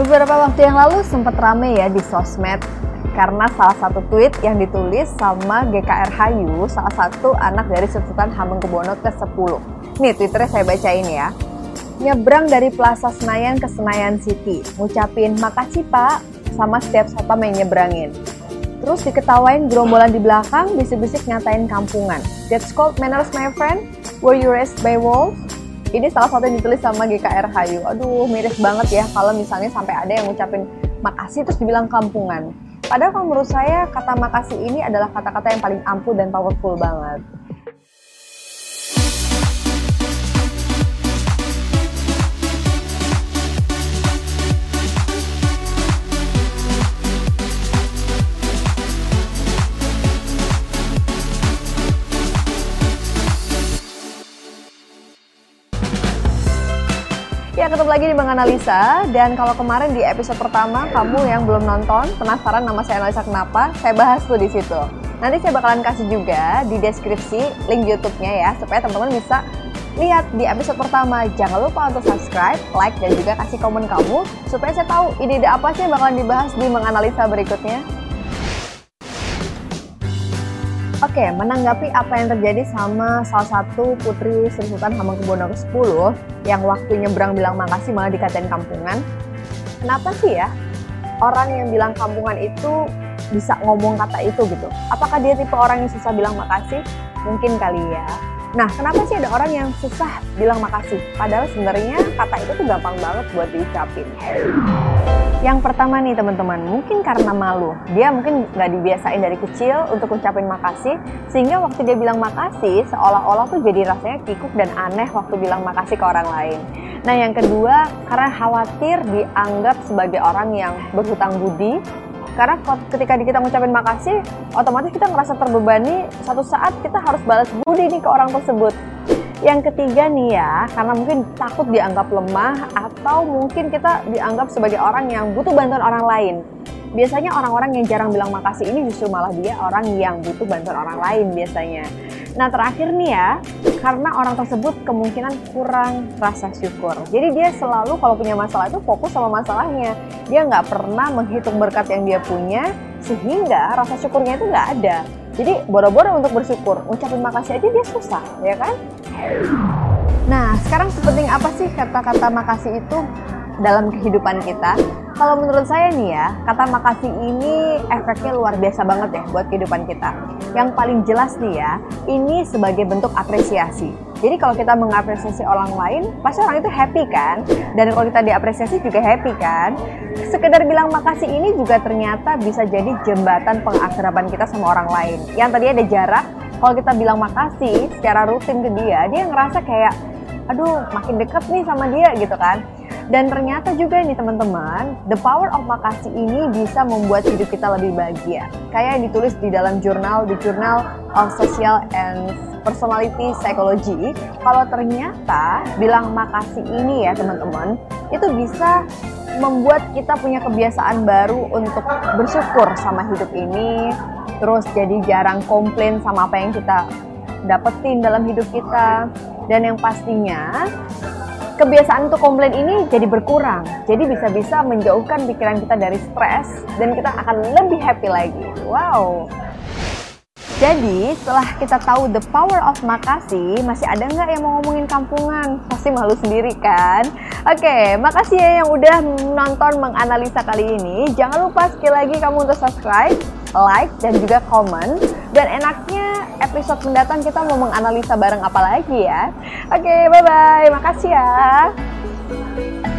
Beberapa waktu yang lalu sempat rame ya di sosmed karena salah satu tweet yang ditulis sama GKR Hayu, salah satu anak dari Sultan Hamengkubuwono ke-10. Nih Twitternya saya bacain ya. Nyebrang dari Plaza Senayan ke Senayan City, ngucapin makasih Pak sama setiap satpam yang nyebrangin. Terus diketawain gerombolan di belakang, bisik-bisik ngatain kampungan. That's called manners my friend. Were you raised by wolves? Ini salah satu yang ditulis sama GKR Hayu. Aduh, miris banget ya kalau misalnya sampai ada yang ngucapin makasih terus dibilang kampungan. Padahal kalau menurut saya kata makasih ini adalah kata-kata yang paling ampuh dan powerful banget. Ya, ketemu lagi di Bang Analisa. Dan kalau kemarin di episode pertama kamu yang belum nonton, penasaran nama saya Analisa kenapa, saya bahas tuh di situ. Nanti saya bakalan kasih juga di deskripsi link YouTube-nya ya, supaya teman-teman bisa lihat di episode pertama. Jangan lupa untuk subscribe, like, dan juga kasih komen kamu supaya saya tahu ide-ide apa sih yang bakalan dibahas di Bang Analisa berikutnya. Oke, menanggapi apa yang terjadi sama salah satu putri Sri Sultan Hamengkubuwono ke-10 yang waktu nyebrang bilang makasih malah dikatain kampungan. Kenapa sih ya orang yang bilang kampungan itu bisa ngomong kata itu gitu? Apakah dia tipe orang yang susah bilang makasih? Mungkin kali ya. Nah, kenapa sih ada orang yang susah bilang makasih? Padahal sebenarnya kata itu tuh gampang banget buat diucapin. Yang pertama nih teman-teman, mungkin karena malu. Dia mungkin nggak dibiasain dari kecil untuk ucapin makasih, sehingga waktu dia bilang makasih, seolah-olah tuh jadi rasanya kikuk dan aneh waktu bilang makasih ke orang lain. Nah yang kedua, karena khawatir dianggap sebagai orang yang berhutang budi. Karena ketika kita ngucapin makasih, otomatis kita ngerasa terbebani, suatu saat kita harus balas budi nih ke orang tersebut. Yang ketiga nih ya, karena mungkin takut dianggap lemah atau mungkin kita dianggap sebagai orang yang butuh bantuan orang lain. Biasanya orang-orang yang jarang bilang makasih ini justru malah dia orang yang butuh bantuan orang lain biasanya. Nah terakhir nih ya, karena orang tersebut kemungkinan kurang rasa syukur. Jadi dia selalu kalau punya masalah itu fokus sama masalahnya. Dia nggak pernah menghitung berkat yang dia punya, sehingga rasa syukurnya itu nggak ada. Jadi boro-boro untuk bersyukur, ngucapin makasih aja dia susah, ya kan? Nah, sekarang sepenting apa sih kata-kata makasih itu dalam kehidupan kita? Kalau menurut saya nih ya, kata makasih ini efeknya luar biasa banget ya buat kehidupan kita. Yang paling jelas nih ya, ini sebagai bentuk apresiasi. Jadi kalau kita mengapresiasi orang lain, pasti orang itu happy kan? Dan kalau kita diapresiasi juga happy kan? Sekedar bilang makasih ini juga ternyata bisa jadi jembatan pengakraban kita sama orang lain. Yang tadi ada jarak, kalau kita bilang makasih secara rutin ke dia ngerasa kayak, aduh makin deket nih sama dia gitu kan. Dan ternyata juga nih teman-teman, the power of makasih ini bisa membuat hidup kita lebih bahagia. Kayak yang ditulis di dalam jurnal, di Journal of Social and Personality Psychology, kalau ternyata bilang makasih ini ya teman-teman, itu bisa membuat kita punya kebiasaan baru untuk bersyukur sama hidup ini, terus jadi jarang komplain sama apa yang kita dapetin dalam hidup kita, dan yang pastinya kebiasaan untuk komplain ini jadi berkurang. Jadi bisa-bisa menjauhkan pikiran kita dari stres dan kita akan lebih happy lagi. Wow. Jadi setelah kita tahu the power of makasih, masih ada nggak yang mau ngomongin kampungan? Pasti malu sendiri kan? Oke, makasih ya yang udah nonton menganalisa kali ini. Jangan lupa sekali lagi kamu untuk subscribe, like, dan juga komen. Dan enaknya episode mendatang kita mau menganalisa bareng apa lagi ya. Oke, bye-bye. Makasih ya.